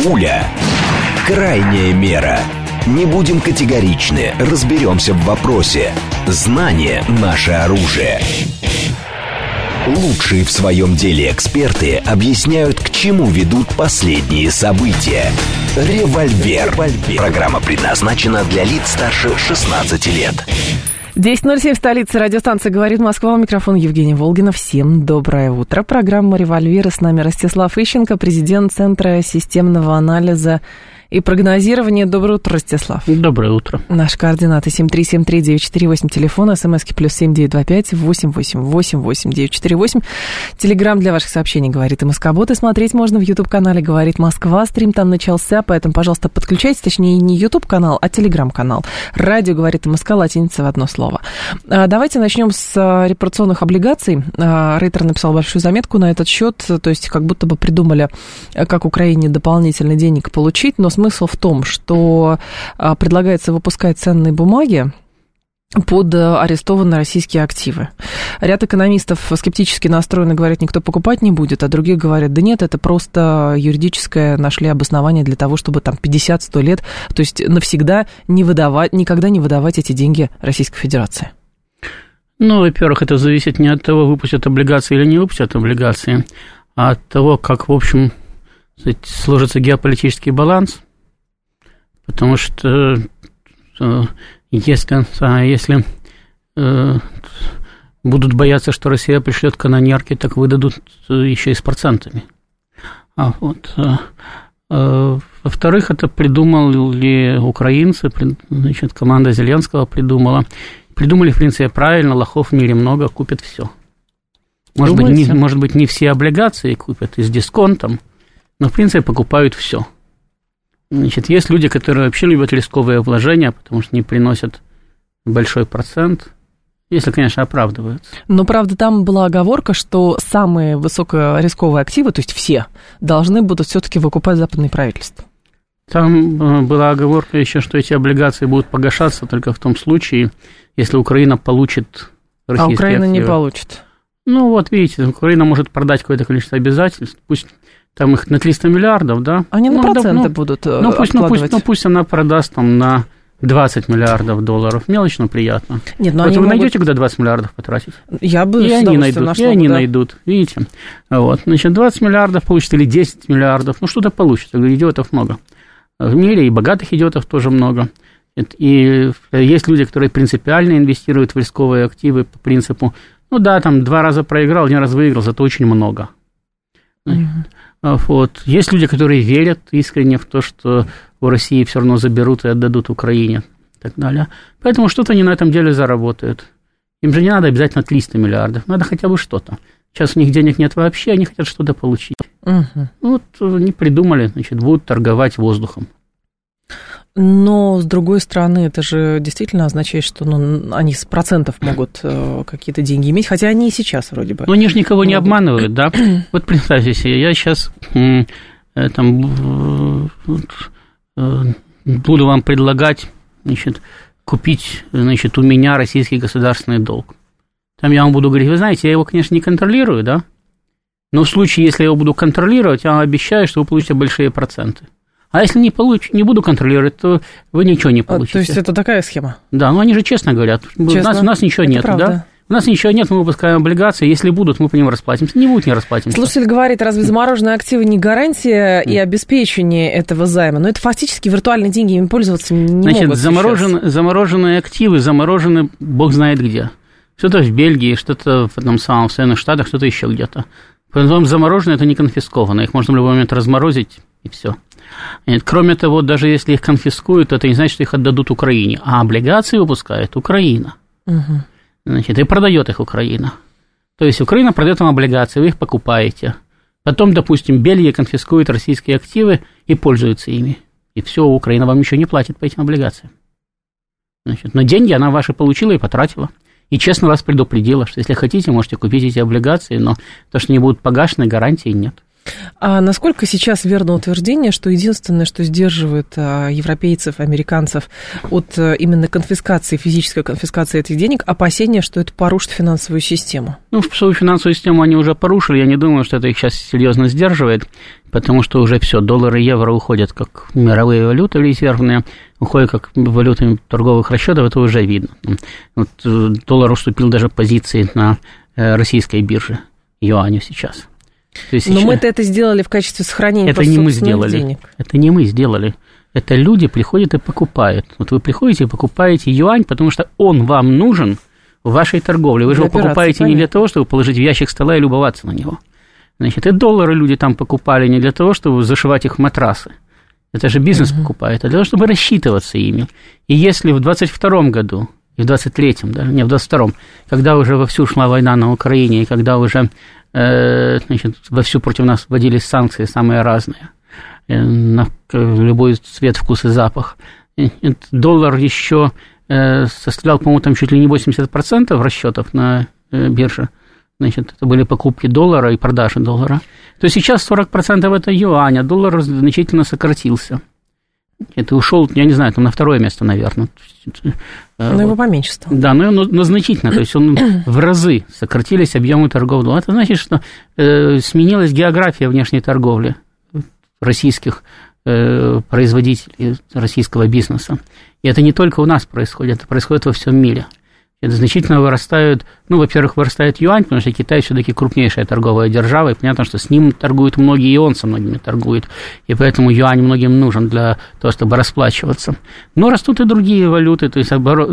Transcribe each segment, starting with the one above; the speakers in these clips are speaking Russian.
Пуля. Крайняя мера. Не будем категоричны, разберемся в вопросе. Знание – наше оружие. Лучшие в своем деле эксперты объясняют, к чему ведут последние события. Револьвер. Программа предназначена для лиц старше 16 лет. 10:07 в столице. Радиостанция «Говорит Москва». У микрофона Евгения Волгина. Всем доброе утро. Программа «Револьвер». С нами Ростислав Ищенко, президент Центра системного анализа и прогнозирования. Доброе утро, Ростислав. Доброе утро. Наши координаты 7373948, телефон, смски +7 925 888 8948. Телеграм для ваших сообщений «Говорит МСК-бот». И смотреть можно в YouTube-канале «Говорит Москва». Стрим там начался, поэтому, пожалуйста, подключайтесь. Точнее, не YouTube-канал, а Телеграм-канал. Радио «Говорит МСК», латиница в одно слово. Давайте начнем с репарационных облигаций. Рейтер написал большую заметку на этот счет. То есть, как будто бы придумали, как Украине дополнительный денег получить, но смысл в том, что предлагается выпускать ценные бумаги под арестованные российские активы. Ряд экономистов скептически настроены, говорят, никто покупать не будет, а другие говорят, да нет, это просто юридическое, нашли обоснование для того, чтобы там 50-100 лет, то есть навсегда не выдавать, никогда не выдавать эти деньги Российской Федерации. Ну, во-первых, это зависит не от того, выпустят облигации или не выпустят облигации, а от того, как, в общем, сложится геополитический баланс. Потому что если будут бояться, что Россия пришлет канонерки, так выдадут еще и с процентами. Во-вторых, это придумали украинцы, значит, команда Зеленского придумала. Придумали, в принципе, правильно, лохов в мире много, купят все. Может быть, не все облигации купят и с дисконтом, но, в принципе, покупают все. Значит, есть люди, которые вообще любят рисковые вложения, потому что не приносят большой процент, если, конечно, оправдываются. Но, правда, там была оговорка, что самые высокорисковые активы, то есть все, должны будут все-таки выкупать западные правительства. Там была оговорка еще, что эти облигации будут погашаться только в том случае, если Украина получит российские активы. А Украина не получит. Ну, вот, видите, Украина может продать какое-то количество обязательств, пусть там их на 300 миллиардов, да? Они на проценты будут откладывать. Пусть она продаст там на 20 миллиардов долларов. Мелочь, но приятно. Нет, но вот вы найдете, куда 20 миллиардов потратить? Я бы и они найдут, видите? Вот, значит, 20 миллиардов получат или 10 миллиардов, ну, что-то получится. Идиотов много. В мире и богатых идиотов тоже много. И есть люди, которые принципиально инвестируют в рисковые активы по принципу, ну да, там 2 раза проиграл, 1 раз выиграл, зато очень много. Вот. Есть люди, которые верят искренне в то, что у России все равно заберут и отдадут Украине и так далее. Поэтому что-то они на этом деле заработают. Им же не надо обязательно 300 миллиардов, надо хотя бы что-то. Сейчас у них денег нет вообще, они хотят что-то получить. Вот они придумали, значит, будут торговать воздухом. Но, с другой стороны, это же действительно означает, что они с процентов могут какие-то деньги иметь, хотя они и сейчас вроде бы. Но они же никого не обманывают, да? Вот представьте себе, я сейчас буду вам предлагать, значит, купить, значит, у меня российский государственный долг. Там я вам буду говорить, вы знаете, я его, конечно, не контролирую, да? Но в случае, если я его буду контролировать, я вам обещаю, что вы получите большие проценты. А если не буду контролировать, то вы ничего не получите. То есть это такая схема? Да, но они же честно говорят. Честно? У нас ничего нет, да? У нас ничего нет, мы выпускаем облигации, если будут, мы по ним расплатимся. Не будут, не расплатимся. Слушатель говорит, разве замороженные активы не гарантия и обеспечение этого займа? Но это фактически виртуальные деньги, ими пользоваться не могут. Значит, замороженные активы заморожены бог знает где. Что-то в Бельгии, что-то в Соединенных Штатах, что-то еще где-то. Поэтому замороженные – это не конфисковано, их можно в любой момент разморозить, и все. Кроме того, даже если их конфискуют, это не значит, что их отдадут Украине, а облигации выпускает Украина. Значит, и продает их Украина. То есть Украина продает вам облигации, вы их покупаете. Потом, допустим, Бельгия конфискует российские активы и пользуется ими. И все, Украина вам ничего не платит по этим облигациям. Значит, но деньги она ваши получила и потратила. И честно вас предупредила, что если хотите, можете купить эти облигации, но то, что они будут погашены, гарантии нет. А насколько сейчас верно утверждение, что единственное, что сдерживает европейцев, американцев от именно конфискации, физической конфискации этих денег, опасение, что это порушит финансовую систему? Ну, свою финансовую систему они уже порушили. Я не думаю, что это их сейчас серьезно сдерживает, потому что уже все, доллары и евро уходят как мировые валюты резервные, уходят как валюты торговых расчетов, это уже видно. Вот, доллар уступил даже позиции на российской бирже, юаню сейчас. Но сейчас... мы-то это сделали в качестве сохранения это не мы сделали. Денег. Это не мы сделали. Это люди приходят и покупают. Вот вы приходите и покупаете юань, потому что он вам нужен в вашей торговле. Вы же его покупаете понятно. Не для того, чтобы положить в ящик стола и любоваться на него. Значит, и доллары люди там покупали не для того, чтобы зашивать их в матрасы. Это же бизнес покупает, а для того, чтобы рассчитываться ими. И если в 2022 году, и в 2023, да, не в 2022, когда уже вовсю шла война на Украине, и когда уже значит, вовсю против нас вводились санкции самые разные, на любой цвет, вкус и запах. Доллар еще составлял, по-моему, там чуть ли не 80% расчетов на бирже. Значит, это были покупки доллара и продажи доллара. То сейчас 40% это юань, а доллар значительно сократился. Это ушел, я не знаю, там на второе место, наверное. Но его поменьше стало. Да, но значительно, то есть он в разы сократились объемы торговли. Это значит, что сменилась география внешней торговли российских производителей, российского бизнеса. И это не только у нас происходит, это происходит во всем мире. Это значительно вырастают, ну, во-первых, вырастает юань, потому что Китай все-таки крупнейшая торговая держава, и понятно, что с ним торгуют многие, и он со многими торгует, и поэтому юань многим нужен для того, чтобы расплачиваться. Но растут и другие валюты, то есть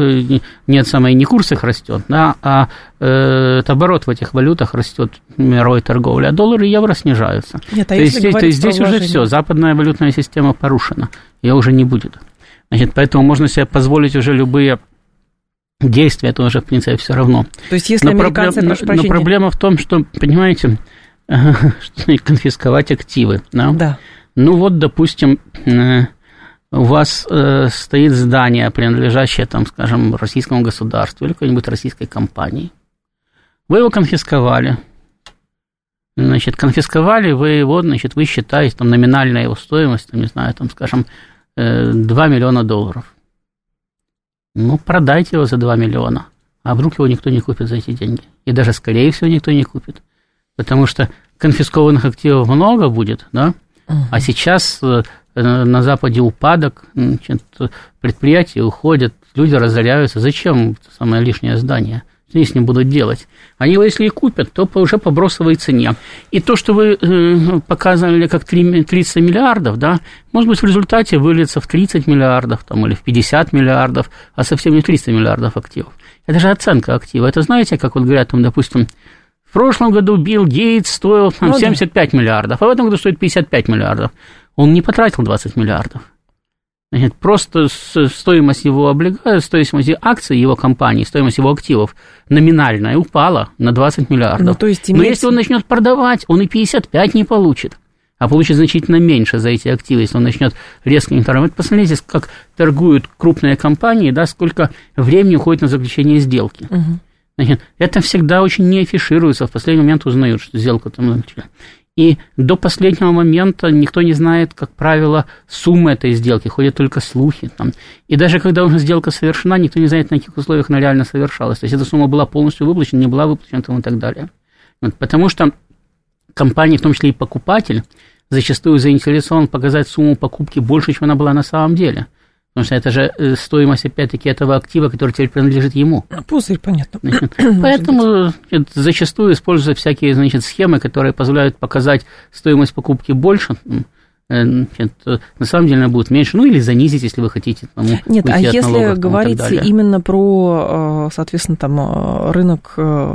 не курс их растет, да, а оборот в этих валютах растет мировой торговли, а доллары и евро снижаются. Нет, то есть здесь уже все, западная валютная система порушена, ее уже не будет. Значит, поэтому можно себе позволить уже любые действия, это уже, в принципе, все равно. То есть, если американцы, но проблема в том, что, понимаете, что конфисковать активы. Да? Да. Ну, вот, допустим, у вас стоит здание, принадлежащее, там, скажем, российскому государству или какой-нибудь российской компании. Вы его конфисковали. Значит, конфисковали вы его, значит, вы считаете, там, номинальная его стоимость, там, не знаю, там, скажем, $2 миллиона. Ну, продайте его за 2 миллиона, а вдруг его никто не купит за эти деньги. И даже, скорее всего, никто не купит. Потому что конфискованных активов много будет, да? А сейчас на Западе упадок, значит, предприятия уходят, люди разоряются. Зачем самое лишнее здание? Что они с ним будут делать? Они его, если и купят, то уже по бросовой цене. И то, что вы показывали как 30 миллиардов, да, может быть, в результате выльется в 30 миллиардов там, или в 50 миллиардов, а совсем не 300 миллиардов активов. Это же оценка актива. Это знаете, как вот говорят, там, допустим, в прошлом году Билл Гейтс стоил там, 75 миллиардов, а в этом году стоит 55 миллиардов. Он не потратил 20 миллиардов. Значит, просто стоимость его облигаций, стоимость акций его компании, стоимость его активов номинальная упала на 20 миллиардов. Ну, то есть Но если он начнет продавать, он и 55 не получит, а получит значительно меньше за эти активы, если он начнет резко не торговать. Посмотрите, как торгуют крупные компании, да, сколько времени уходит на заключение сделки. Значит, это всегда очень не афишируется, в последний момент узнают, что сделку там начали. И до последнего момента никто не знает, как правило, суммы этой сделки, ходят только слухи. Там. И даже когда уже сделка совершена, никто не знает, на каких условиях она реально совершалась. То есть эта сумма была полностью выплачена, не была выплачена и так далее. Вот, потому что компания, в том числе и покупатель, зачастую заинтересован показать сумму покупки больше, чем она была на самом деле. Потому что это же стоимость, опять-таки, этого актива, который теперь принадлежит ему. Пузырь, понятно. Значит, поэтому зачастую используются всякие, значит, схемы, которые позволяют показать стоимость покупки больше. Значит, на самом деле она будет меньше, ну или занизить, если вы хотите. Там, нет, а если говорить именно про, соответственно, там, рынок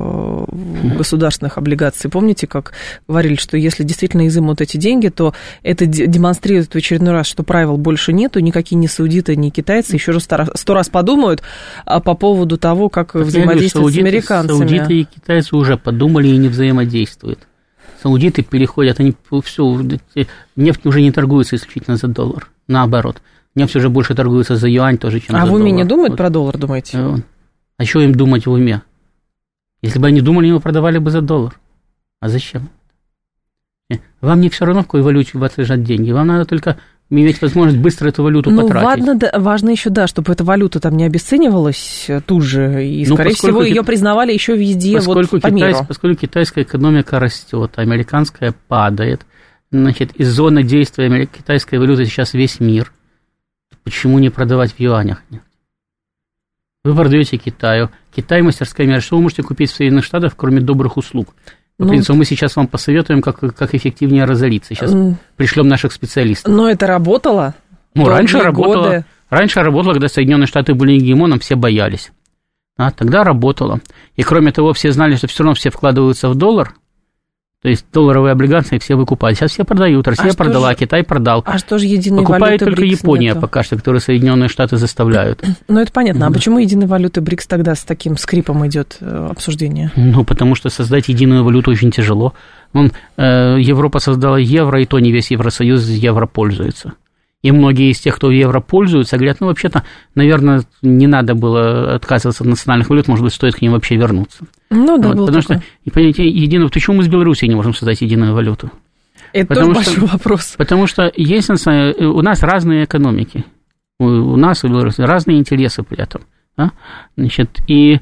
государственных облигаций, помните, как говорили, что если действительно изымут эти деньги, то это демонстрирует в очередной раз, что правил больше нету, никакие ни саудиты, ни китайцы еще раз 100 раз подумают по поводу того, как взаимодействовать с американцами. Саудиты и китайцы уже подумали и не взаимодействуют. Саудиты переходят, они все, нефть уже не торгуется исключительно за доллар, наоборот. Нефть уже больше торгуется за юань тоже, чем за доллар. А в уме не думают про доллар, думаете? А что им думать в уме? Если бы они думали, его продавали бы за доллар. А зачем? Вам не все равно, в какой валюте у вас лежат деньги. Вам надо только иметь возможность быстро эту валюту потратить. Важно еще, да, чтобы эта валюта там не обесценивалась тут же, и, скорее всего, ее признавали еще везде по миру. Поскольку китайская экономика растет, а американская падает, значит, из зоны действия китайской валюты сейчас весь мир, почему не продавать в юанях? Вы продаете Китаю. Китай, мастерская мера. Что вы можете купить в Соединенных Штатах, кроме добрых услуг? В принципе, мы сейчас вам посоветуем, как эффективнее разориться. Сейчас пришлем наших специалистов. Но это работало? Раньше работало. Раньше работало, когда Соединенные Штаты были гегемоном, все боялись. Тогда работало. И кроме того, все знали, что все равно все вкладываются в доллар. То есть долларовые облигации все выкупали. Сейчас все продают. Россия продала, Китай продал. А что же единой валюты покупает только БРИКС Япония нету? пока что, которую Соединенные Штаты заставляют. Ну, это понятно. А почему единой валюты БРИКС тогда с таким скрипом идет обсуждение? Потому что создать единую валюту очень тяжело. Европа создала евро, и то не весь Евросоюз евро пользуется. И многие из тех, кто евро пользуются, говорят, вообще-то, наверное, не надо было отказываться от национальных валют, может быть, стоит к ним вообще вернуться. Ну, да, потому что, понимаете, почему мы с Белоруссией не можем создать единую валюту? Это тоже большой вопрос. Потому что у нас разные экономики, у нас и Беларуси разные интересы при этом. Значит, и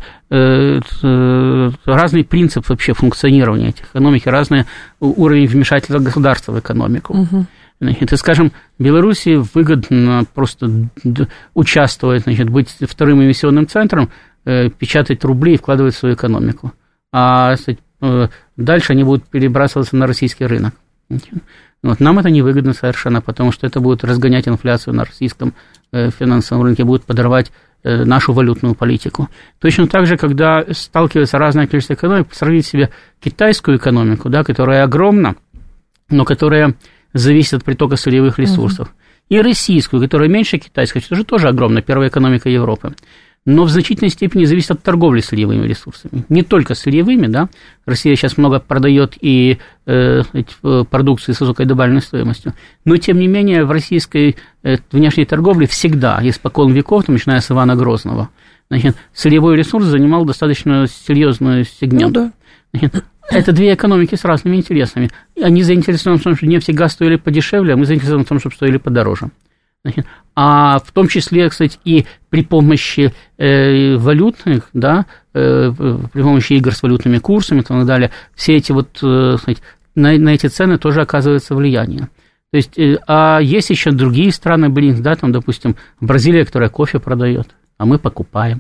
разный принцип вообще функционирования этих экономик, разный уровень вмешательства государства в экономику. Угу. Значит, и, скажем, Белоруссии выгодно просто участвовать, значит, быть вторым эмиссионным центром, печатать рубли и вкладывать в свою экономику. А дальше они будут перебрасываться на российский рынок. Нам это невыгодно совершенно, потому что это будет разгонять инфляцию на российском финансовом рынке, будет подорвать нашу валютную политику. Точно так же, когда сталкивается разное количество экономик, сравнить себе китайскую экономику, да, которая огромна, но которая зависит от притока сырьевых ресурсов, и российскую, которая меньше китайской, что тоже огромная, первая экономика Европы, но в значительной степени зависит от торговли сырьевыми ресурсами. Не только сырьевыми, да, Россия сейчас много продает и продукции с высокой добавленной стоимостью, но, тем не менее, в российской внешней торговле всегда, испокон веков, начиная с Ивана Грозного, значит, сырьевой ресурс занимал достаточно серьезный сегмент. Ну, да. Значит, это две экономики с разными интересами. Они заинтересованы в том, чтобы нефть и газ стоили подешевле, а мы заинтересованы в том, чтобы стоили подороже. Значит, а в том числе, кстати, и при помощи валютных, да, при помощи игр с валютными курсами и так далее, все эти кстати, на эти цены тоже оказывается влияние. То есть, а есть еще другие страны, да, там, допустим, Бразилия, которая кофе продает, а мы покупаем.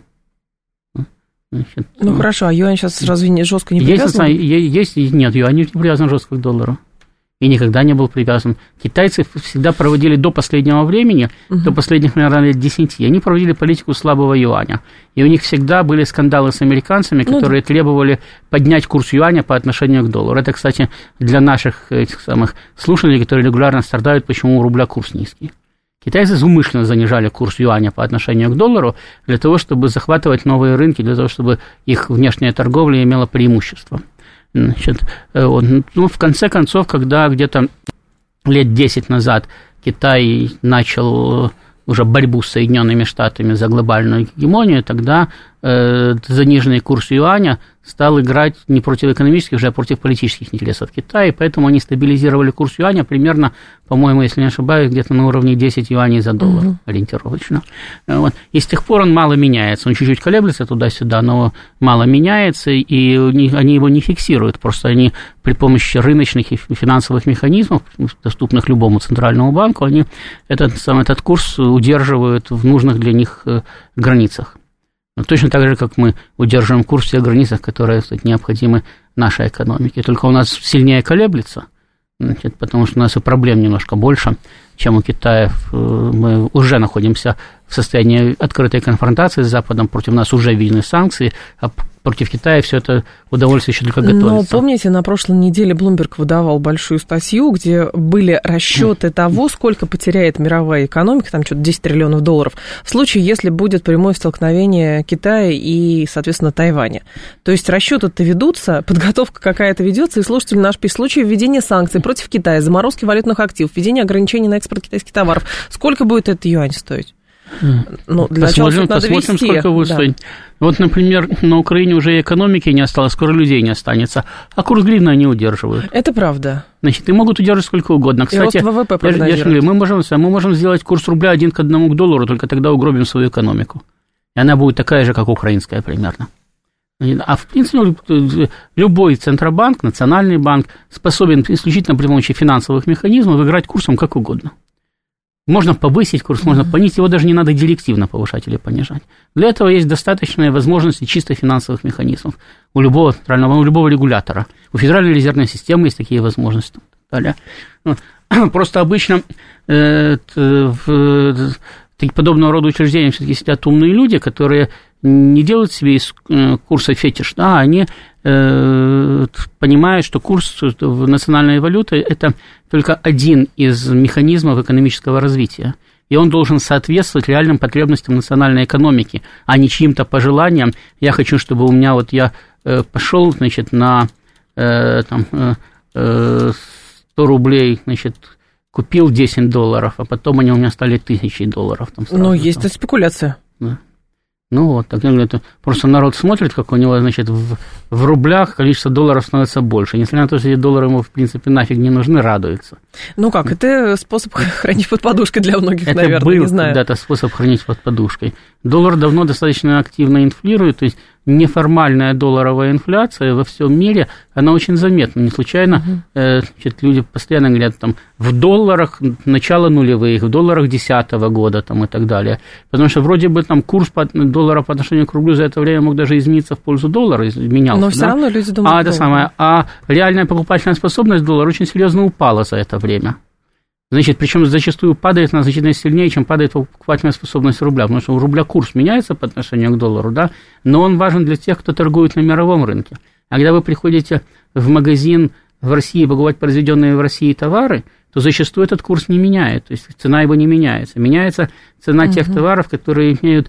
Значит, хорошо, а юань сейчас разве не жестко не привязан? Нет, юань не привязан жестко к доллару. И никогда не был привязан. Китайцы всегда проводили до последнего времени, до последних, наверное, лет 10, они проводили политику слабого юаня. И у них всегда были скандалы с американцами, которые требовали поднять курс юаня по отношению к доллару. Это, кстати, для наших этих самых слушателей, которые регулярно страдают, почему у рубля курс низкий. Китайцы умышленно занижали курс юаня по отношению к доллару для того, чтобы захватывать новые рынки, для того, чтобы их внешняя торговля имела преимущество. Значит, в конце концов, когда где-то лет 10 назад Китай начал уже борьбу с Соединенными Штатами за глобальную гегемонию, тогда заниженный курс юаня стал играть не против экономических, уже, а против политических интересов Китая, и поэтому они стабилизировали курс юаня примерно, по-моему, если не ошибаюсь, где-то на уровне 10 юаней за доллар ориентировочно. И с тех пор он мало меняется, он чуть-чуть колеблется туда-сюда, но мало меняется, и они его не фиксируют, просто они при помощи рыночных и финансовых механизмов, доступных любому центральному банку, они этот курс удерживают в нужных для них границах. Точно так же, как мы удерживаем курс в тех границах, которые, кстати, необходимы нашей экономике. Только у нас сильнее колеблется, значит, потому что у нас и проблем немножко больше, чем у Китая. Мы уже находимся в состоянии открытой конфронтации с Западом, против нас уже введены санкции, а против Китая все это удовольствие еще только готовится. Но помните, на прошлой неделе Bloomberg выдавал большую статью, где были расчеты того, сколько потеряет мировая экономика, там что-то 10 триллионов долларов, в случае, если будет прямое столкновение Китая и, соответственно, Тайваня. То есть расчеты-то ведутся, подготовка какая-то ведется, и слушатель наш пишет, в случае введения санкций против Китая, заморозки валютных активов, введения ограничений на экспорт китайских товаров, сколько будет этот юань стоить? Ну, для посмотрим, сколько будет стоить. Вот, например, на Украине уже экономики не осталось, скоро людей не останется, а курс гривны они удерживают. Это правда. Значит, и могут удерживать сколько угодно. Кстати, и рост ВВП прогнозируют. Мы можем сделать курс рубля 1 к 1 к доллару, только тогда угробим свою экономику. И она будет такая же, как украинская примерно. А в принципе, любой центробанк, национальный банк способен исключительно при помощи финансовых механизмов играть курсом как угодно. Можно повысить курс, можно понизить, его даже не надо директивно повышать или понижать. Для этого есть достаточные возможности чисто финансовых механизмов у любого центрального, у любого регулятора. У Федеральной резервной системы есть такие возможности. Просто обычно в подобного рода учреждения все-таки сидят умные люди, которые не делают себе из курса фетиш, да, они понимают, что курс национальной валюты – это только один из механизмов экономического развития, и он должен соответствовать реальным потребностям национальной экономики, а не чьим-то пожеланиям. Я хочу, чтобы у меня я пошел, значит, на 100 рублей, значит, купил $10, а потом они у меня стали $1000. Ну, есть это спекуляция. Да. Ну вот, так это просто народ смотрит, как у него, значит, в рублях количество долларов становится больше. Несмотря на то, что эти доллары ему, в принципе, нафиг не нужны, радуется. Ну как, это способ хранить под подушкой для многих, это наверное, не знаю. Это был когда-то способ хранить под подушкой. Доллар давно достаточно активно инфлирует, то есть неформальная долларовая инфляция во всем мире, она очень заметна. Не случайно люди постоянно говорят там, в долларах начала нулевых, в долларах 2010 года там, и так далее. Потому что вроде бы там курс доллара по отношению к рублю за это время мог даже измениться в пользу доллара, изменялся. Но все равно люди думают, а реальная покупательная способность доллара очень серьезно упала за это время. Значит, причем зачастую падает она значительно сильнее, чем падает покупательная способность рубля, потому что у рубля курс меняется по отношению к доллару, да, но он важен для тех, кто торгует на мировом рынке. А когда вы приходите в магазин в России покупать произведенные в России товары, то зачастую этот курс не меняет, то есть цена его не меняется. Меняется цена тех товаров, которые имеют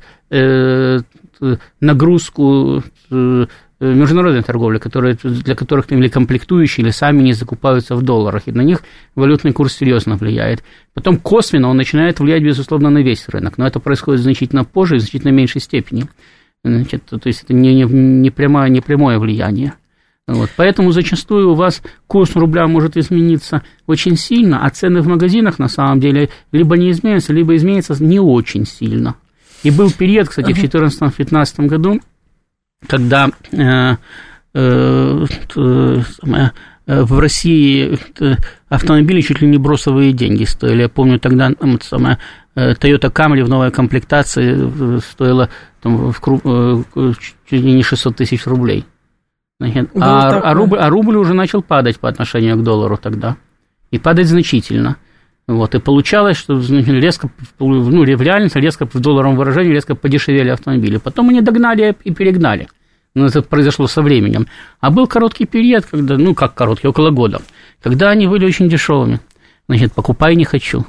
нагрузку международной торговли, для которых или комплектующие, или сами не закупаются в долларах, и на них валютный курс серьезно влияет. Потом косвенно он начинает влиять, безусловно, на весь рынок, но это происходит значительно позже и в значительно меньшей степени. Значит, то есть это не прямое влияние. Вот. Поэтому зачастую у вас курс рубля может измениться очень сильно, а цены в магазинах на самом деле либо не изменятся, либо изменятся не очень сильно. И был период, кстати, в 2014-2015 году, когда в России автомобили чуть ли не бросовые деньги стоили. Я помню, тогда Toyota Camry в новой комплектации стоила чуть ли не 600 тысяч рублей. А рубль уже начал падать по отношению к доллару тогда. И падать значительно. Вот, и получалось, что резко, в реальности резко в долларовом выражении резко подешевели автомобили. Потом они догнали и перегнали. Но это произошло со временем. А был короткий период, когда, короткий, около года, когда они были очень дешевыми. Значит, покупай не хочу.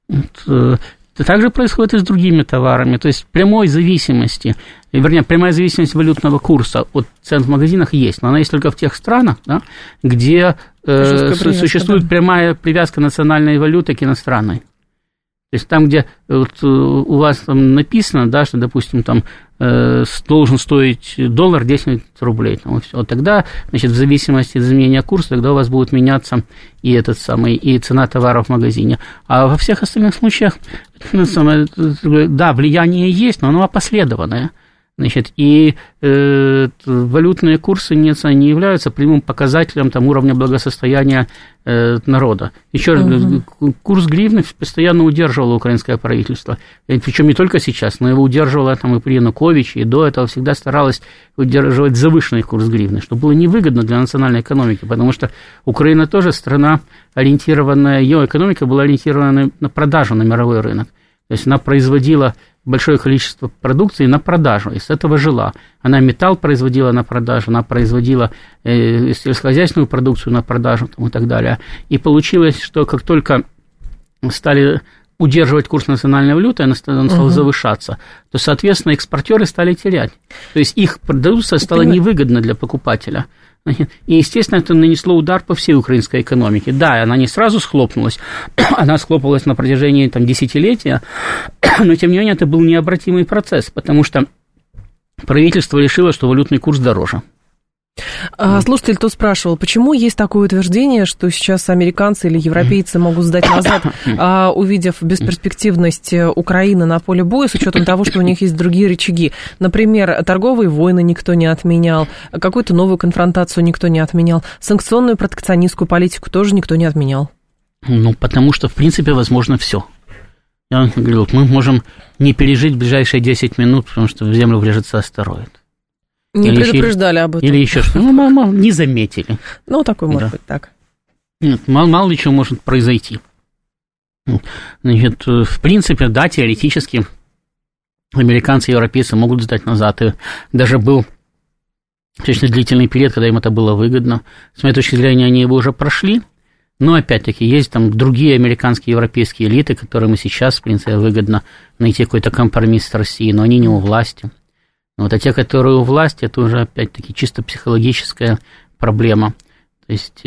Так же происходит и с другими товарами. То есть прямая зависимость валютного курса от цен в магазинах есть, но она есть только в тех странах, да, где существует прямая привязка национальной валюты к иностранной. То есть там, где у вас там написано, да, что, допустим, там должен стоить доллар 10 рублей, там, вот тогда, значит, в зависимости от изменения курса, тогда у вас будет меняться и цена товара в магазине. А во всех остальных случаях, да, влияние есть, но оно опосредованное. Значит, и валютные курсы не являются прямым показателем там, уровня благосостояния народа. Еще раз, курс гривны постоянно удерживало украинское правительство. Причем не только сейчас, но его удерживало там, и при Януковиче, и до этого всегда старалось удерживать завышенный курс гривны, что было невыгодно для национальной экономики, потому что Украина тоже страна, ориентированная, ее экономика была ориентирована на продажу на мировой рынок. То есть она производила большое количество продукции на продажу, и с этого жила. Она металл производила на продажу, она производила сельскохозяйственную продукцию на продажу и так далее. И получилось, что как только стали удерживать курс национальной валюты, он стал завышаться, то, соответственно, экспортеры стали терять. То есть их продукция стала невыгодна для покупателя. И, естественно, это нанесло удар по всей украинской экономике. Да, она не сразу схлопнулась, она схлопнулась на протяжении десятилетия, но, тем не менее, это был необратимый процесс, потому что правительство решило, что валютный курс дороже. Слушатель тут спрашивал, почему есть такое утверждение, что сейчас американцы или европейцы могут сдать назад, увидев бесперспективность Украины на поле боя, с учетом того, что у них есть другие рычаги. Например, торговые войны никто не отменял, какую-то новую конфронтацию никто не отменял, санкционную протекционистскую политику тоже никто не отменял. Потому что, в принципе, возможно все. Я вам говорю, мы можем не пережить ближайшие 10 минут, потому что в Землю врежется астероид. Не предупреждали об этом. Или еще что-то. Не заметили. Такой может быть так. Нет, мало ли чего может произойти. Значит, в принципе, да, теоретически американцы и европейцы могут сдать назад. И даже был достаточно длительный период, когда им это было выгодно. С моей точки зрения, они его уже прошли. Но, опять-таки, есть другие американские и европейские элиты, которым и сейчас, в принципе, выгодно найти какой-то компромисс с Россией, но они не у власти. А те, которые у власти, это уже, опять-таки, чисто психологическая проблема. То есть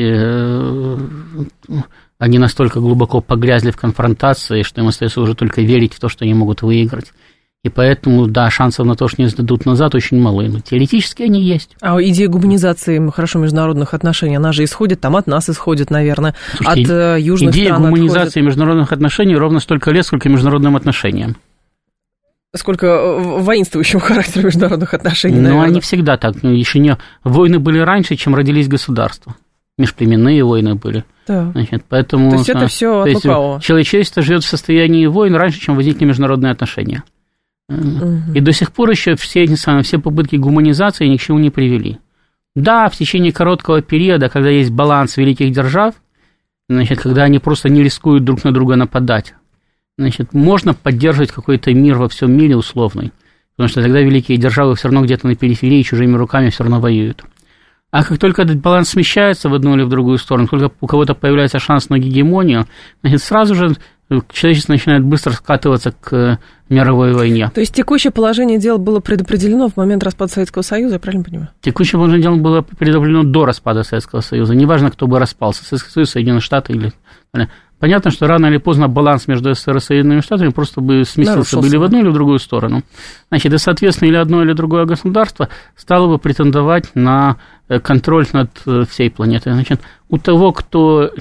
они настолько глубоко погрязли в конфронтации, что им остается уже только верить в то, что они могут выиграть. И поэтому, да, шансов на то, что не сдадут назад, очень малы. Но теоретически они есть. А идея гуманизации, международных отношений, она же исходит, от нас исходит, наверное, слушайте, от южных стран. Идея гуманизации международных отношений ровно столько лет, сколько международным отношениям. Сколько воинствующего характера международных отношений, наверное. Они всегда так. Войны были раньше, чем родились государства. Межплеменные войны были. Да. Поэтому, то есть это все от лукавого. Человечество живет в состоянии войн раньше, чем возникли международные отношения. Угу. И до сих пор еще все попытки гуманизации ни к чему не привели. Да, в течение короткого периода, когда есть баланс великих держав, когда они просто не рискуют друг на друга нападать, можно поддерживать какой-то мир во всем мире условный, потому что тогда великие державы все равно где-то на периферии чужими руками все равно воюют. А как только этот баланс смещается в одну или в другую сторону, только у кого-то появляется шанс на гегемонию, сразу же человечество начинает быстро скатываться к мировой войне. То есть текущее положение дел было предопределено в момент распада Советского Союза, я правильно понимаю? Текущее положение дел было предопределено до распада Советского Союза. Неважно, кто бы распался, Советский Союз, Соединенные Штаты или... Понятно, что рано или поздно баланс между СССР и Соединенными Штатами просто бы сместился бы или в одну, или в другую сторону. И, соответственно, или одно, или другое государство стало бы претендовать на контроль над всей планетой. У того, кто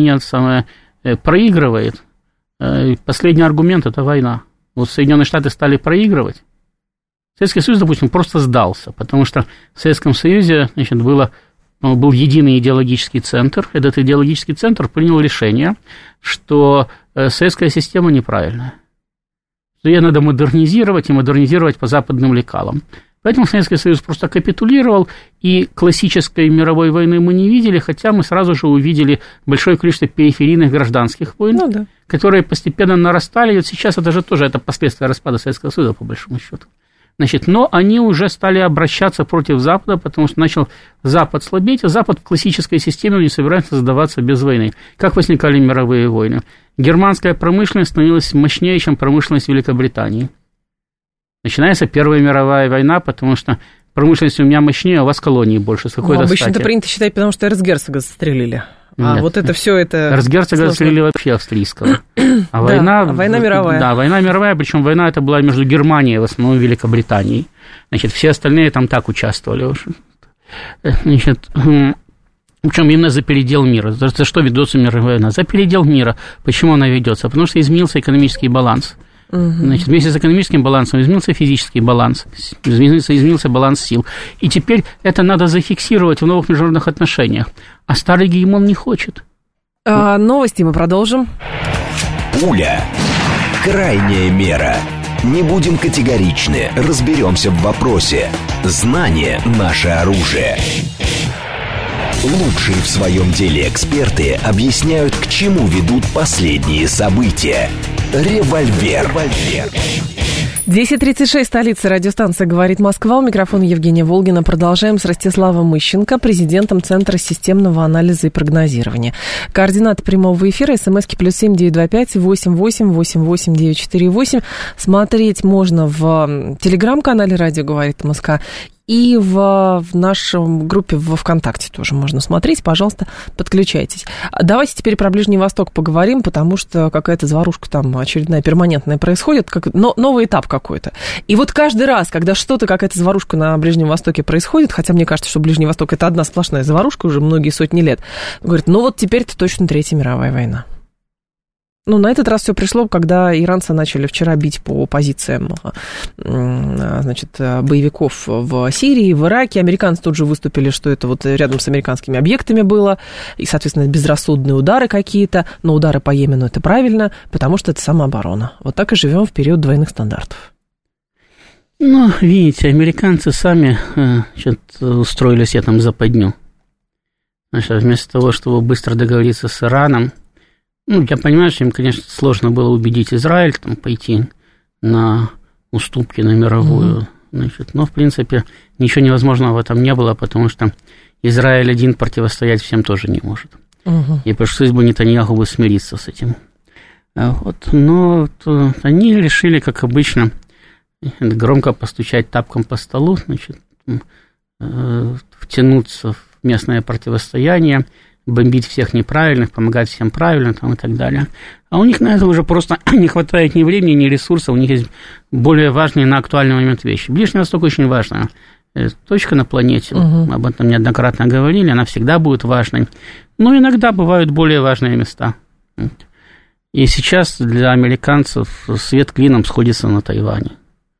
проигрывает, последний аргумент – это война. Соединенные Штаты стали проигрывать. Советский Союз, допустим, просто сдался, потому что в Советском Союзе, был единый идеологический центр. Этот идеологический центр принял решение, что советская система неправильная. Что ее надо модернизировать и модернизировать по западным лекалам. Поэтому Советский Союз просто капитулировал, и классической мировой войны мы не видели, хотя мы сразу же увидели большое количество периферийных гражданских войн, которые постепенно нарастали. И сейчас это же тоже последствия распада Советского Союза, по большому счету. Но они уже стали обращаться против Запада, потому что начал Запад слабеть, а Запад в классической системе не собирается сдаваться без войны. Как возникали мировые войны? Германская промышленность становилась мощнее, чем промышленность Великобритании. Начинается Первая мировая война, потому что промышленность у меня мощнее, а у вас колонии больше. С какой-то обычно это принято считать, потому что эрцгерцога застрелили. Нет. Это все это... Эрцгерцога застрелили вообще австрийского. А война мировая. Да, война мировая, причем война это была между Германией, в основном Великобританией. Все остальные там так участвовали уже. Причем именно за передел мира. За что ведется мировая война? За передел мира. Почему она ведется? Потому что изменился экономический баланс. Вместе с экономическим балансом изменился физический баланс, изменился баланс сил. И теперь это надо зафиксировать в новых международных отношениях. А старый гегемон не хочет. Новости мы продолжим. Пуля. Крайняя мера. Не будем категоричны, разберемся в вопросе. Знание – наше оружие. Лучшие в своем деле эксперты объясняют, к чему ведут последние события. Револьвер. 10:36, столица, радиостанция «Говорит Москва». У микрофона Евгения Волгина. Продолжаем с Ростиславом Мыщенко, президентом Центра системного анализа и прогнозирования. Координаты прямого эфира: смски +7 925 88 88 948. Смотреть можно в телеграм-канале «Радио говорит МСК» И в нашем группе во ВКонтакте тоже можно смотреть. Пожалуйста, подключайтесь. Давайте теперь про Ближний Восток поговорим, потому что какая-то заварушка там очередная, перманентная происходит, новый этап какой-то. И вот каждый раз, когда что-то, какая-то заварушка на Ближнем Востоке происходит, хотя мне кажется, что Ближний Восток – это одна сплошная заварушка уже многие сотни лет, говорят, ну вот теперь-то точно Третья мировая война. Ну, на этот раз все пришло, когда иранцы начали вчера бить по позициям, значит, боевиков в Сирии, в Ираке. Американцы тут же выступили, что это вот рядом с американскими объектами было, и, соответственно, безрассудные удары какие-то, но удары по Йемену – это правильно, потому что это самооборона. Вот так и живем в период двойных стандартов. Ну, видите, американцы сами устроили себе там западню. Значит, вместо того, чтобы быстро договориться с Ираном, ну, я понимаю, что им, конечно, сложно было убедить Израиль там, пойти на уступки, на мировую, значит, но, в принципе, ничего невозможного в этом не было, потому что Израиль один противостоять всем тоже не может. И пришлось бы Нетаньяху бы смириться с этим. Вот. Но они решили, как обычно, громко постучать тапком по столу, значит, втянуться в местное противостояние, бомбить всех неправильных, помогать всем правильно там, и так далее. А у них на это уже просто не хватает ни времени, ни ресурсов, у них есть более важные на актуальный момент вещи. Ближний Восток очень важная точка на планете, об этом неоднократно говорили, она всегда будет важной, но иногда бывают более важные места. И сейчас для американцев свет клином сходится на Тайване,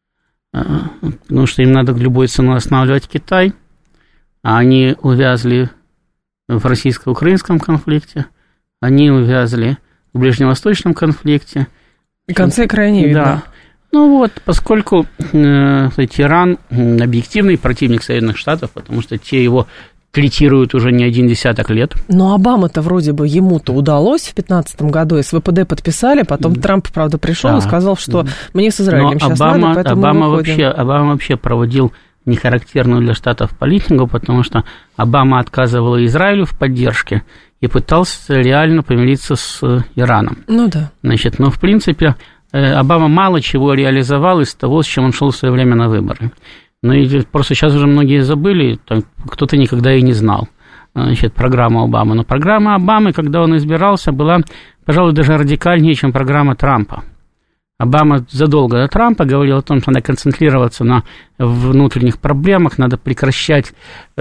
потому что им надо любой ценой останавливать Китай, а они увязли в российско-украинском конфликте, они увязли в ближневосточном конфликте. И конце края не видно. Да. Ну вот, поскольку Иран объективный противник Соединенных Штатов, потому что те его третируют уже не один десяток лет. Но Обама-то вроде бы ему-то удалось в 2015 году, СВПД подписали, потом Трамп, правда, пришел и сказал, что мне с Израилем сейчас надо, поэтому мы выходим. Обама вообще проводил нехарактерную для Штатов политику, потому что Обама отказывал Израилю в поддержке и пытался реально помириться с Ираном. Ну да. Значит, но в принципе Обама мало чего реализовал из того, с чем он шел в свое время на выборы. Но и просто сейчас уже многие забыли, кто-то никогда и не знал, значит, программу Обамы. Но программа Обамы, когда он избирался, была, пожалуй, даже радикальнее, чем программа Трампа. Обама задолго до Трампа говорил о том, что надо концентрироваться на внутренних проблемах, надо прекращать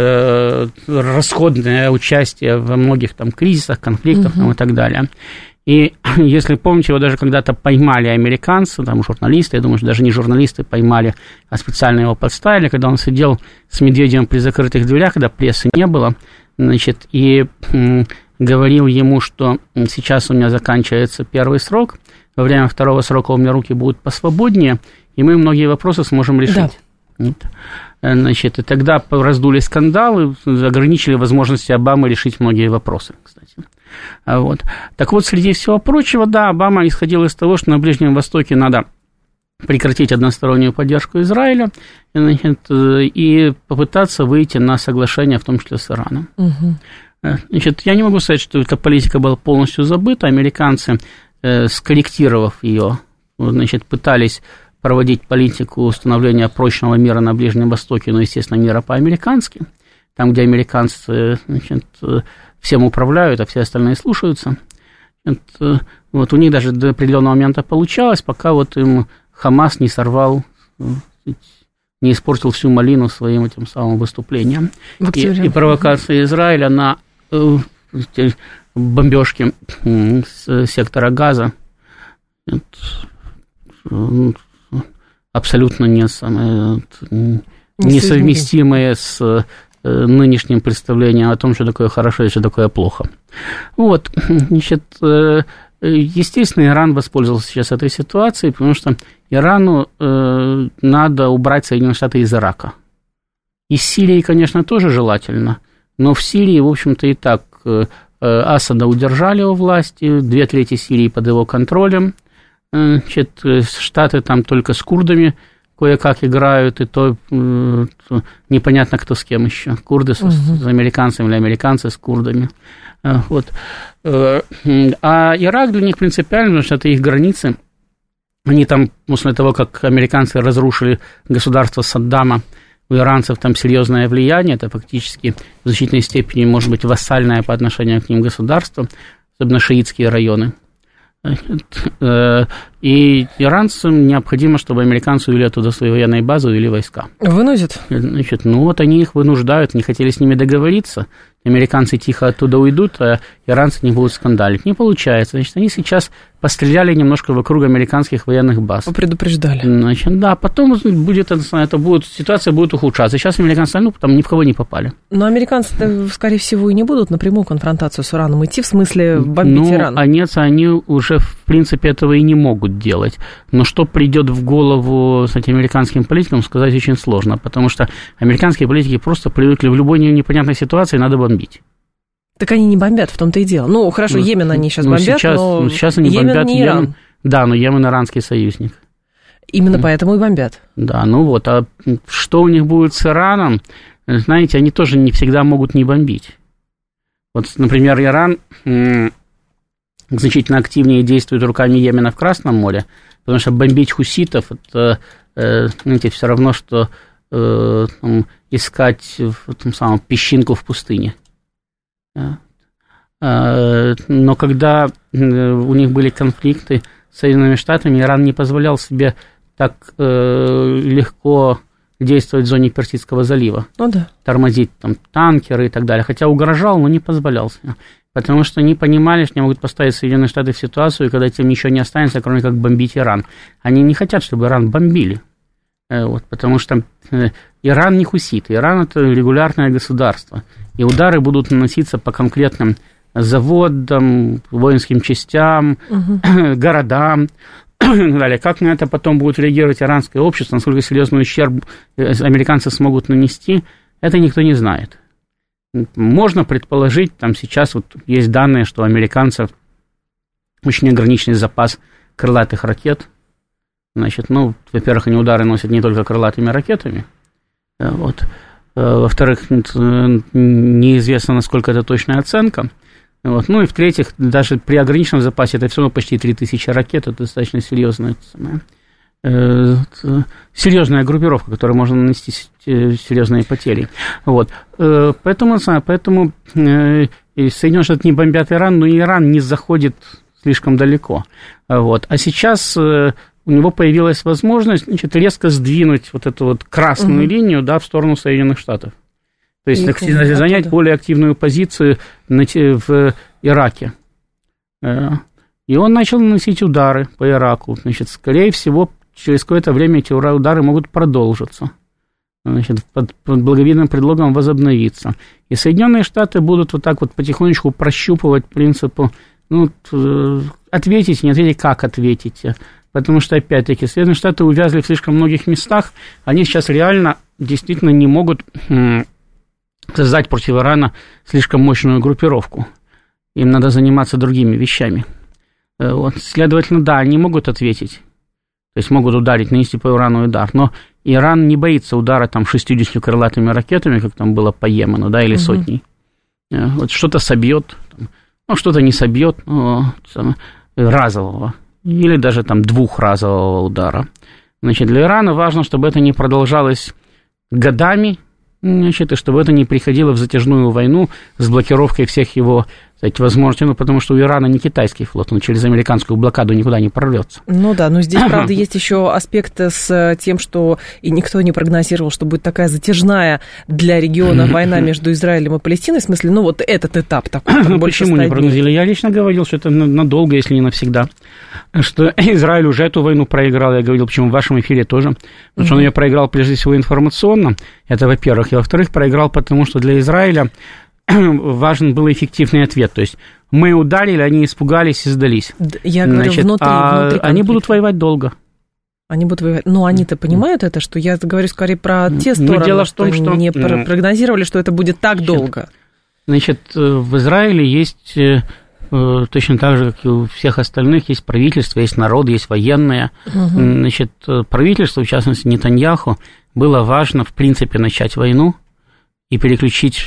расходное участие во многих там кризисах, конфликтах и так далее. И если помните, его даже когда-то поймали американцы, там журналисты, я думаю, что даже не журналисты поймали, а специально его подставили, когда он сидел с Медведевым при закрытых дверях, когда прессы не было, значит, и говорил ему, что сейчас у меня заканчивается первый срок, во время второго срока у меня руки будут посвободнее, и мы многие вопросы сможем решить. Да. Значит, и тогда раздули скандалы, ограничили возможности Обамы решить многие вопросы, кстати. Вот. Так вот, среди всего прочего, да, Обама исходил из того, что на Ближнем Востоке надо прекратить одностороннюю поддержку Израиля, значит, и попытаться выйти на соглашение, в том числе с Ираном. Значит, я не могу сказать, что эта политика была полностью забыта. Американцы, скорректировав ее, значит, пытались проводить политику установления прочного мира на Ближнем Востоке, но, естественно, мира по-американски, там, где американцы, значит, всем управляют, а все остальные слушаются. Вот у них даже до определенного момента получалось, пока вот им Хамас не сорвал, не испортил всю малину своим этим самым выступлением. И провокация Израиля на бомбежки с сектора Газа абсолютно несовместимые с нынешним представлением о том, что такое хорошо и что такое плохо. Вот, значит, естественно, Иран воспользовался сейчас этой ситуацией, потому что Ирану надо убрать Соединенные Штаты из Ирака. Из Сирии, конечно, тоже желательно, но в Сирии, в общем-то, и так Асада удержали у власти, 2/3 Сирии под его контролем, значит, Штаты там только с курдами кое-как играют, и то непонятно, кто с кем еще. Курды с американцами или американцы с курдами. Вот. А Ирак для них принципиально, потому что это их границы. Они там, после того, как американцы разрушили государство Саддама у иранцев там серьезное влияние, это фактически в значительной степени, может быть, вассальное по отношению к ним государство, особенно шиитские районы. И иранцам необходимо, чтобы американцы увели оттуда свои военные базы, увели войска. Вынудят? Значит, ну вот они их вынуждают, не хотели с ними договориться. Американцы тихо оттуда уйдут, а иранцы не будут скандалить. Не получается. Значит, они сейчас постреляли немножко вокруг американских военных баз. Вы предупреждали. Значит, да, потом ситуация будет ухудшаться. Сейчас американцы, там ни в кого не попали. Но американцы, скорее всего, и не будут напрямую конфронтацию с Ираном идти, в смысле бомбить Иран. Нет, они уже, в принципе, этого и не могут делать. Но что придет в голову, кстати, американским политикам, сказать очень сложно, потому что американские политики просто привыкли в любой непонятной ситуации, надо бомбить. Так они не бомбят, в том-то и дело. Ну, хорошо, Йемен они сейчас бомбят, но сейчас они Йемен бомбят не Иран. Да, но Йемен иранский союзник. Именно поэтому и бомбят. Да, ну вот, а что у них будет с Ираном, знаете, они тоже не всегда могут не бомбить. Вот, например, Иран значительно активнее действует руками Йемена в Красном море, потому что бомбить хуситов, это, знаете, все равно, что искать песчинку в пустыне. Но когда у них были конфликты с Соединенными Штатами, Иран не позволял себе так легко действовать в зоне Персидского залива. Ну да. Тормозить там танкеры и так далее. Хотя угрожал, но не позволял себе. Потому что они понимали, что они могут поставить Соединенные Штаты в ситуацию, когда тем ничего не останется, кроме как бомбить Иран. Они не хотят, чтобы Иран бомбили. Вот, потому что Иран не хуситы, Иран – это регулярное государство, и удары будут наноситься по конкретным заводам, воинским частям, городам и так далее. Как на это потом будет реагировать иранское общество, насколько серьезный ущерб американцы смогут нанести, это никто не знает. Можно предположить, там сейчас вот есть данные, что у американцев очень ограниченный запас крылатых ракет. Значит, во-первых, они удары носят не только крылатыми ракетами, вот. Во-вторых, неизвестно, насколько это точная оценка, вот. Ну и в-третьих, даже при ограниченном запасе это все равно почти 3000 ракет, это достаточно серьезная группировка, которая может нанести серьезные потери. Вот. Поэтому Соединенные Штаты не бомбят Иран, но Иран не заходит слишком далеко. Вот. А сейчас у него появилась возможность, значит, резко сдвинуть вот эту вот красную линию, да, в сторону Соединенных Штатов. То есть занять более активную позицию в Ираке. И он начал наносить удары по Ираку. Значит, скорее всего, через какое-то время эти удары могут продолжиться. Значит, под благовидным предлогом возобновиться. И Соединенные Штаты будут вот так вот потихонечку прощупывать принципу, ответить, не ответить, как ответите. Потому что, опять-таки, Соединенные Штаты увязли в слишком многих местах, они сейчас реально действительно не могут создать против Ирана слишком мощную группировку. Им надо заниматься другими вещами. Вот. Следовательно, да, они могут ответить, то есть могут ударить, нанести по Ирану удар, но Иран не боится удара там 60 крылатыми ракетами, как там было по Йемену, да, или сотней. Вот что-то собьет, что-то не собьет, разового. Или даже там двухразового удара. Значит, для Ирана важно, чтобы это не продолжалось годами, значит, и чтобы это не приходило в затяжную войну с блокировкой всех его, кстати, возможностей, потому что у Ирана не китайский флот, он через американскую блокаду никуда не прорвется. Ну да, но здесь, правда, есть еще аспект с тем, что и никто не прогнозировал, что будет такая затяжная для региона война между Израилем и Палестиной, в смысле, вот этот этап такой. Ну почему не прогнозировали? Я лично говорил, что это надолго, если не навсегда, что Израиль уже эту войну проиграл, я говорил, почему в вашем эфире тоже, потому что он ее проиграл прежде всего информационно, это во-первых, и во-вторых, проиграл потому, что для Израиля важен был эффективный ответ. То есть мы ударили, они испугались и сдались. Я говорю, внутри они будут воевать долго. Они будут воевать. Но они-то понимают это, что я говорю скорее про те стороны, дело в том, что не прогнозировали, что это будет так долго. Значит, в Израиле есть точно так же, как и у всех остальных, есть правительство, есть народ, есть военные. Значит, правительству, в частности, Нетаньяху, было важно, в принципе, начать войну и переключить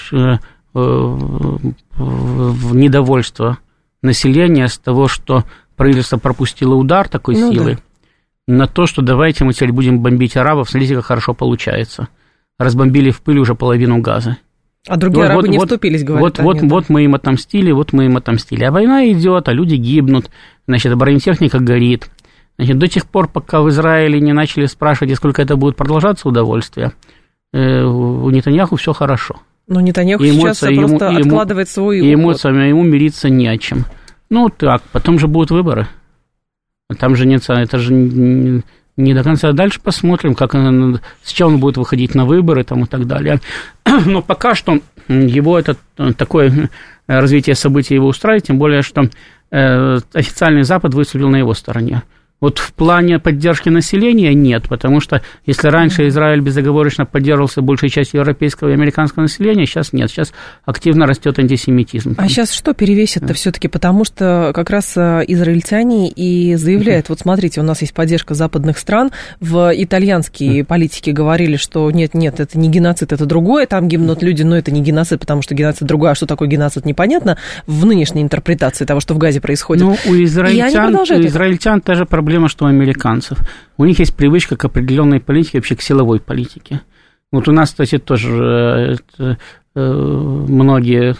в недовольство населения с того, что правительство пропустило удар такой силы, на то, что давайте мы теперь будем бомбить арабов, смотрите, как хорошо получается. разбомбили в пыль уже половину Газы. А другие арабы не вступились, говорят. Вот мы им отомстили, А война идет, а люди гибнут, значит, бронетехника горит. Значит, до тех пор, пока в Израиле не начали спрашивать, и сколько это будет продолжаться удовольствие, у Нетаньяху все хорошо. Но Нетаньяху сейчас просто откладывает свой уход. И эмоциями ему мириться не о чем. Ну, так, потом же будут выборы. Там же нет, это же не до конца. Дальше посмотрим, с чем он будет выходить на выборы там, и так далее. Но пока что его такое развитие событий его устраивает, тем более, что официальный Запад выступил на его стороне. Вот в плане поддержки населения нет, потому что если раньше Израиль безоговорочно поддерживался большей частью европейского и американского населения, сейчас нет, сейчас активно растет антисемитизм. А сейчас что перевесит-то все-таки? Потому что как раз израильтяне и заявляют, вот смотрите, у нас есть поддержка западных стран, в итальянские политики говорили, что нет, это не геноцид, это другое, там гибнут люди, но это не геноцид, потому что геноцид другой, а что такое геноцид, непонятно в нынешней интерпретации того, что в Газе происходит. Ну, у израильтян та же проблема, что у американцев. У них есть привычка к определенной политике, вообще к силовой политике. Вот у нас, кстати, тоже многие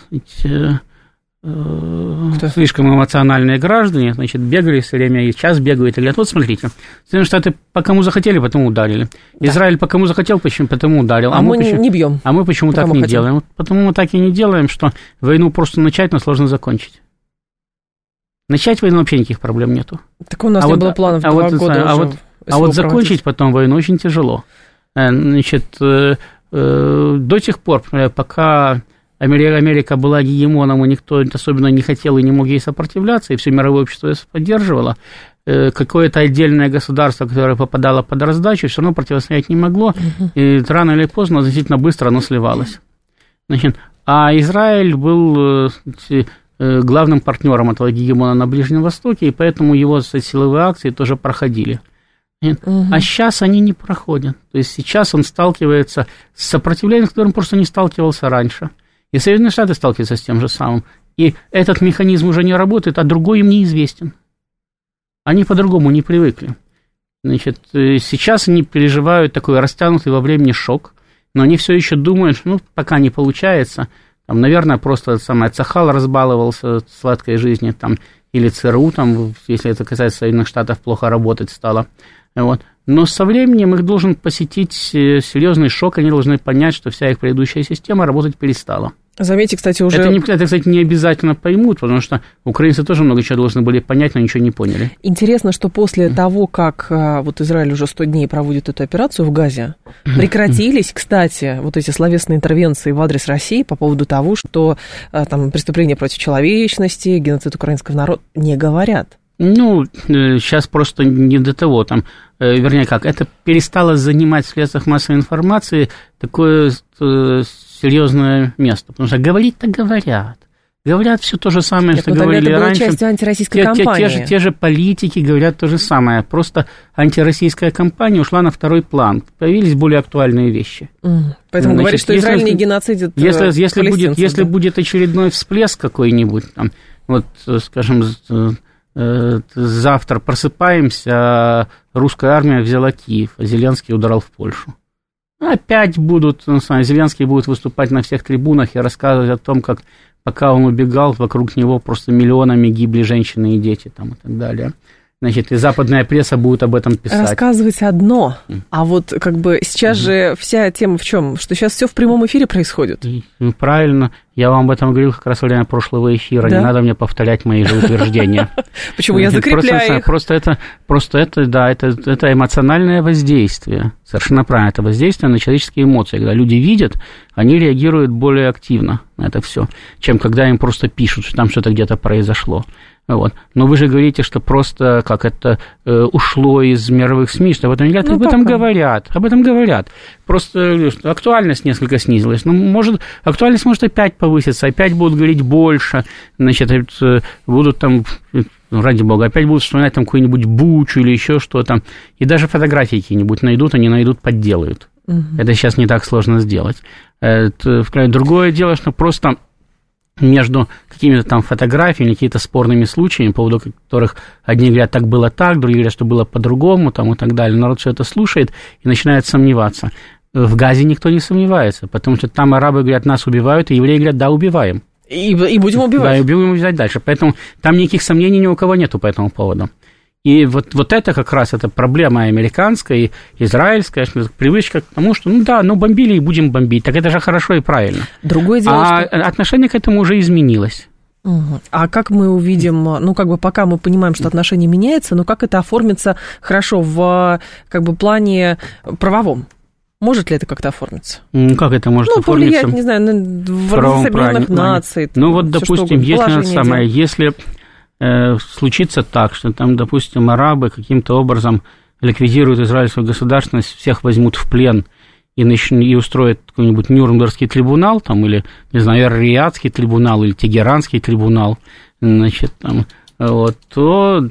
слишком эмоциональные граждане, значит, бегали все время, и сейчас бегают, и говорят, вот смотрите, Соединенные Штаты по кому захотели, потом ударили. Израиль по кому захотел, потому ударил. А мы не бьем. А мы почему так не делаем? Потому мы так и не делаем, что войну просто начать, но сложно закончить. Начать войну вообще никаких проблем нету. Так у нас не было планов 2 года уже. А вот закончить потом войну очень тяжело. Значит, до тех пор, пока Америка была гегемоном, и никто особенно не хотел и не мог ей сопротивляться, и все мировое общество ее поддерживало, какое-то отдельное государство, которое попадало под раздачу, все равно противостоять не могло, и рано или поздно, значительно быстро оно сливалось. Значит, а Израиль был главным партнером этого гегемона на Ближнем Востоке, и поэтому его силовые акции тоже проходили. А сейчас они не проходят. То есть сейчас он сталкивается с сопротивлением, с которым просто не сталкивался раньше. И Соединенные Штаты сталкиваются с тем же самым. И этот механизм уже не работает, а другой им неизвестен. Они по-другому не привыкли. Значит, сейчас они переживают такой растянутый во времени шок, но они все еще думают, что пока не получается. Там, наверное, просто Цахал разбаловался в сладкой жизни, там, или ЦРУ, там, если это касается Соединенных Штатов, плохо работать стало. Вот. Но со временем их должен посетить серьезный шок, они должны понять, что вся их предыдущая система работать перестала. Заметьте, кстати, уже... Это, кстати, не обязательно поймут, потому что украинцы тоже много чего должны были понять, но ничего не поняли. Интересно, что после того, как вот Израиль уже 100 дней проводит эту операцию в Газе, прекратились, кстати, вот эти словесные интервенции в адрес России по поводу того, что там преступления против человечности, геноцид украинского народа не говорят. Сейчас просто не до того, там, вернее, это перестало занимать в средствах массовой информации такое серьезное место, потому что говорить-то говорят. Говорят все то же самое, что говорили раньше. Это была часть антироссийской кампании. Те же политики говорят то же самое, просто антироссийская кампания ушла на второй план, появились более актуальные вещи. Поэтому говорят, что Израиль не геноцидит палестинцев. Если будет очередной всплеск какой-нибудь, там, вот, скажем, завтра просыпаемся, русская армия взяла Киев, а Зеленский удрал в Польшу. Опять Зеленский будет выступать на всех трибунах и рассказывать о том, как пока он убегал, вокруг него просто миллионами гибли женщины и дети там, и так далее. Значит, и западная пресса будет об этом писать. Рассказывать одно, а вот сейчас же вся тема в чем? Что сейчас все в прямом эфире происходит. Правильно. Я вам об этом говорил как раз во время прошлого эфира. Да? Не надо мне повторять мои же утверждения. Почему? Я закрепляю их. Просто это эмоциональное воздействие. Совершенно правильно. Это воздействие на человеческие эмоции. Когда люди видят, они реагируют более активно на это все, чем когда им просто пишут, что там что-то где-то произошло. Вот. Но вы же говорите, что просто ушло из мировых СМИ, что об этом не говорят. Об этом говорят. Просто актуальность несколько снизилась. Актуальность может опять повыситься, опять будут говорить больше, значит, будут там, ради бога, опять будут вспоминать там какую-нибудь Бучу или еще что-то. И даже фотографии какие-нибудь найдут, они найдут, подделают. Это сейчас не так сложно сделать. Другое дело, что просто между какими-то там фотографиями, какими-то спорными случаями, по поводу которых одни говорят, так было так, другие говорят, что было по-другому, там, и так далее. Народ все это слушает и начинает сомневаться. В Газе никто не сомневается, потому что там арабы говорят, нас убивают, и евреи говорят, да, убиваем. И будем убивать. Да, и будем убивать дальше. Поэтому там никаких сомнений ни у кого нету по этому поводу. И вот это как раз это проблема американская и израильская, привычка к тому, что, бомбили и будем бомбить. Так это же хорошо и правильно. Другое дело, что отношение к этому уже изменилось. Угу. А как мы увидим, пока мы понимаем, что отношение меняется, но как это оформится хорошо в плане правовом? Может ли это как-то оформиться? Как это может оформиться? Повлиять, не знаю, в Организации Объединенных Наций. Допустим, если случится так, что там, допустим, арабы каким-то образом ликвидируют израильскую государственность, всех возьмут в плен и устроят какой-нибудь Нюрнбергский трибунал, там, или, не знаю, Риадский трибунал, или Тегеранский трибунал, то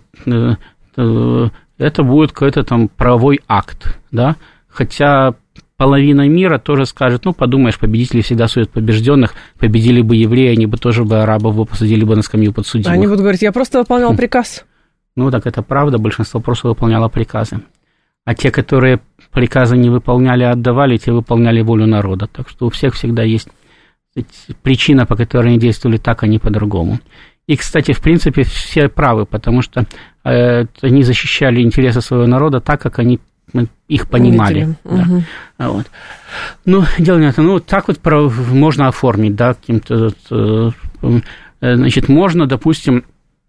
это будет какой-то там правовой акт, да, хотя половина мира тоже скажет, подумаешь, победители всегда судят побежденных, победили бы евреи, они бы тоже арабов посадили бы на скамью подсудимых. Они будут говорить, я просто выполнял приказ. Так это правда, большинство просто выполняло приказы. А те, которые приказы не выполняли, отдавали, те выполняли волю народа. Так что у всех всегда есть причина, по которой они действовали так, а не по-другому. И, кстати, в принципе, все правы, потому что они защищали интересы своего народа так, как они их понимали. Да. Вот. Дело не это. Так можно оформить, да, каким-то... можно, допустим,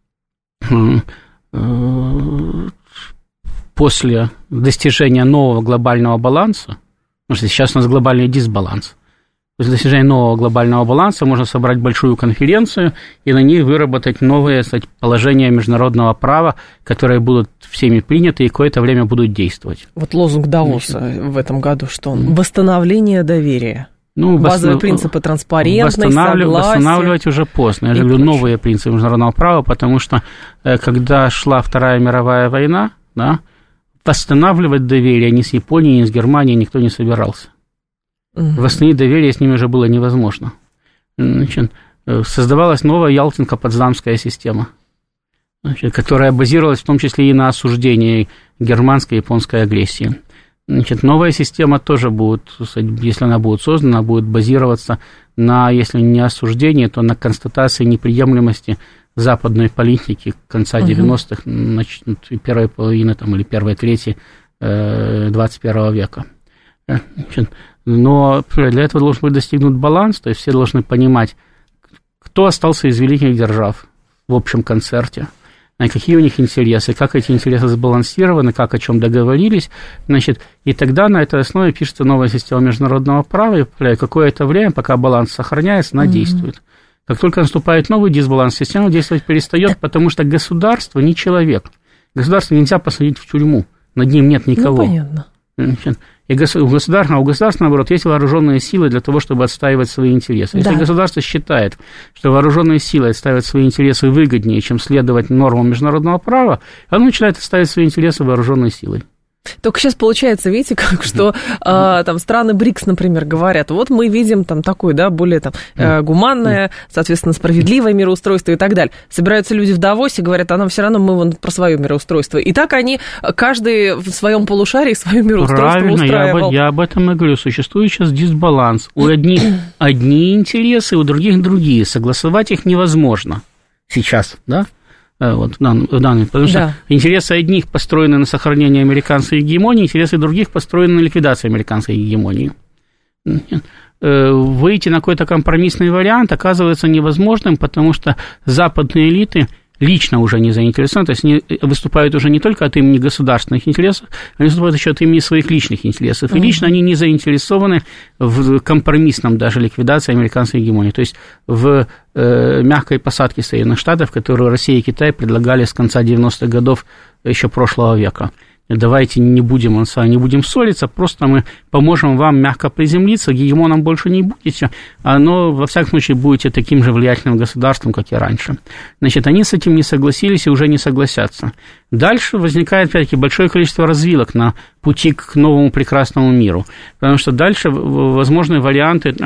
после достижения нового глобального баланса, потому что сейчас у нас глобальный дисбаланс, после достижения нового глобального баланса можно собрать большую конференцию и на ней выработать новые, положения международного права, которые будут всеми приняты и какое-то время будут действовать. Лозунг Давоса в этом году, что он? Восстановление доверия. Базовые принципы транспарентности, согласия. Восстанавливать уже поздно. Я же говорю, новые принципы международного права, потому что когда шла Вторая мировая война, да, восстанавливать доверие ни с Японией, ни с Германией никто не собирался. Восстановить доверие с ними уже было невозможно. Создавалась новая Ялтинко-Потсдамская система, которая базировалась в том числе и на осуждении германской и японской агрессии. Новая система тоже будет, если она будет создана, будет базироваться на, если не осуждении, то на констатации неприемлемости западной политики конца 90-х, первой половины или первой трети 21 века. Но для этого должен быть достигнут баланс, то есть все должны понимать, кто остался из великих держав в общем концерте, какие у них интересы, как эти интересы сбалансированы, как о чем договорились, и тогда на этой основе пишется новая система международного права, и какое-то время, пока баланс сохраняется, она действует. Как только наступает новый дисбаланс, система действовать перестает, потому что государство не человек. Государство нельзя посадить в тюрьму, над ним нет никого. Понятно. И у государства, наоборот, есть вооруженные силы для того, чтобы отстаивать свои интересы. Если государство считает, что вооруженные силы отстаивать свои интересы выгоднее, чем следовать нормам международного права, оно начинает отстаивать свои интересы вооруженной силой. Только сейчас получается, видите, что там страны БРИКС, например, говорят, мы видим там такое, более гуманное, соответственно, справедливое мироустройство и так далее. Собираются люди в Давосе, говорят, а нам все равно мы про свое мироустройство. И так они, каждый в своем полушарии свое мироустройство устраивал. Правильно, я об этом и говорю. Существует сейчас дисбаланс. У одних одни интересы, у других другие. Согласовать их невозможно сейчас, да? Потому что интересы одних построены на сохранении американской гегемонии, интересы других построены на ликвидации американской гегемонии. Выйти на какой-то компромиссный вариант оказывается невозможным, потому что западные элиты лично уже не заинтересованы, то есть они выступают уже не только от имени государственных интересов, они выступают еще от имени своих личных интересов. И лично они не заинтересованы в компромиссном даже ликвидации американской гегемонии. То есть в мягкой посадке Соединенных Штатов, которую Россия и Китай предлагали с конца 90-х годов еще прошлого века. Давайте не будем ссориться, просто мы поможем вам мягко приземлиться, гегемоном больше не будете, но, во всяком случае, будете таким же влиятельным государством, как и раньше. Они с этим не согласились и уже не согласятся. Дальше возникает, опять-таки, большое количество развилок на пути к новому прекрасному миру, потому что дальше возможны варианты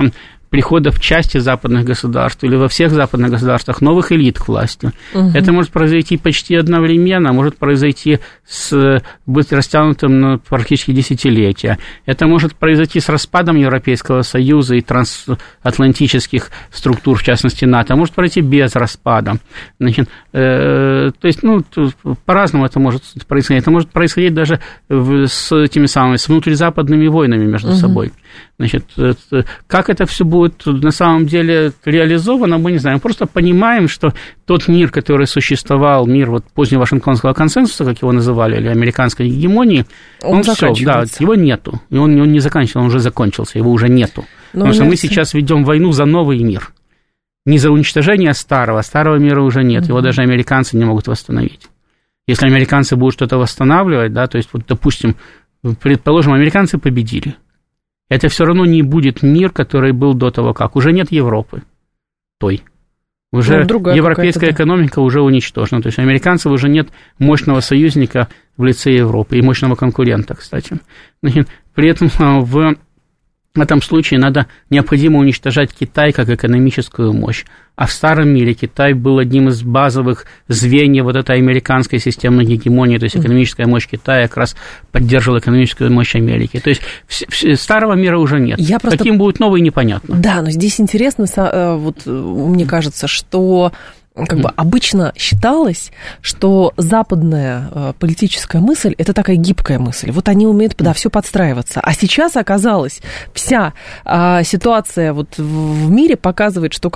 прихода в части западных государств или во всех западных государствах новых элит к власти. Это может произойти почти одновременно, может произойти быть растянутым на практически десятилетия. Это может произойти с распадом Европейского Союза и трансатлантических структур, в частности НАТО, а может пройти без распада. Значит, то есть, по-разному это может происходить. Это может происходить даже с внутризападными войнами между собой. Значит, как это все будет на самом деле реализовано, мы не знаем. Мы просто понимаем, что тот мир, который существовал, мир вот позднего Вашингтонского консенсуса, как его называли, или американской гегемонии, он все, да, его нету. И он не заканчивался, он уже закончился, его уже нету. Потому что мы сейчас ведем войну за новый мир. Не за уничтожение старого мира уже нет, его даже американцы не могут восстановить. Если американцы будут что-то восстанавливать, да, то есть, вот, допустим, предположим, американцы победили. Это все равно не будет мир, который был до того, как. Уже нет Европы той. Уже европейская экономика уже уничтожена. То есть, у американцев уже нет мощного союзника в лице Европы и мощного конкурента, кстати. При этом в этом случае необходимо уничтожать Китай как экономическую мощь. А в старом мире Китай был одним из базовых звеньев вот этой американской системной гегемонии, то есть экономическая мощь Китая как раз поддерживала экономическую мощь Америки. То есть старого мира уже нет. Каким будет новый, непонятно. Да, но здесь интересно, вот мне кажется, что обычно считалось, что западная политическая мысль – это такая гибкая мысль. Вот они умеют все подстраиваться. А сейчас оказалось, вся ситуация вот в мире показывает, что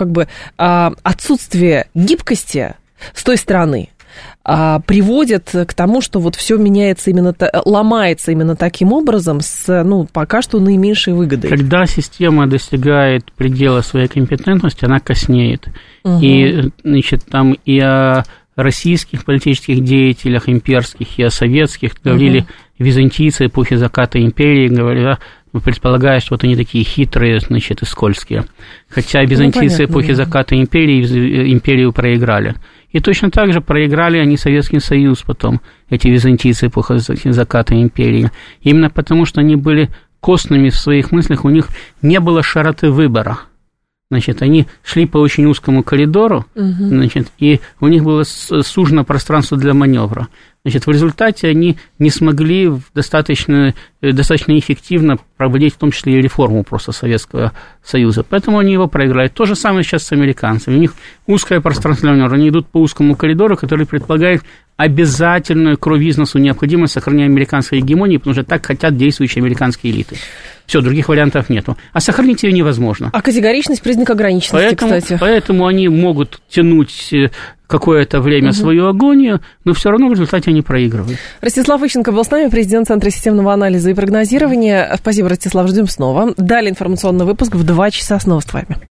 отсутствие гибкости с той стороны приводит к тому, что вот все меняется ломается именно таким образом с, пока что наименьшей выгодой. Когда система достигает предела своей компетентности, она коснеет. И, значит, там и о российских политических деятелях, имперских, и о советских говорили византийцы эпохи заката империи, говорили, предполагая, что вот они такие хитрые, значит, и скользкие. Хотя византийцы эпохи заката империю проиграли. И точно так же проиграли они Советский Союз потом, эти византийцы эпохи заката империи. Именно потому, что они были костными в своих мыслях, у них не было широты выбора. Значит, они шли по очень узкому коридору, значит, и у них было сужено пространство для маневра. Значит, в результате они не смогли достаточно эффективно проводить в том числе и реформу просто Советского Союза. Поэтому они его проиграли. То же самое сейчас с американцами. У них узкое пространство для маневра. Они идут по узкому коридору, который предполагает обязательную кровизносу необходимость сохранения американской гегемонии, потому что так хотят действующие американские элиты. Все, других вариантов нету. А сохранить ее невозможно. А категоричность – признак ограниченности, кстати. Поэтому они могут тянуть какое-то время свою агонию, но все равно в результате они проигрывают. Ростислав Ищенко был с нами, президент Центра системного анализа и прогнозирования. Спасибо, Ростислав, ждем снова. Далее информационный выпуск в 2 часа снова с вами.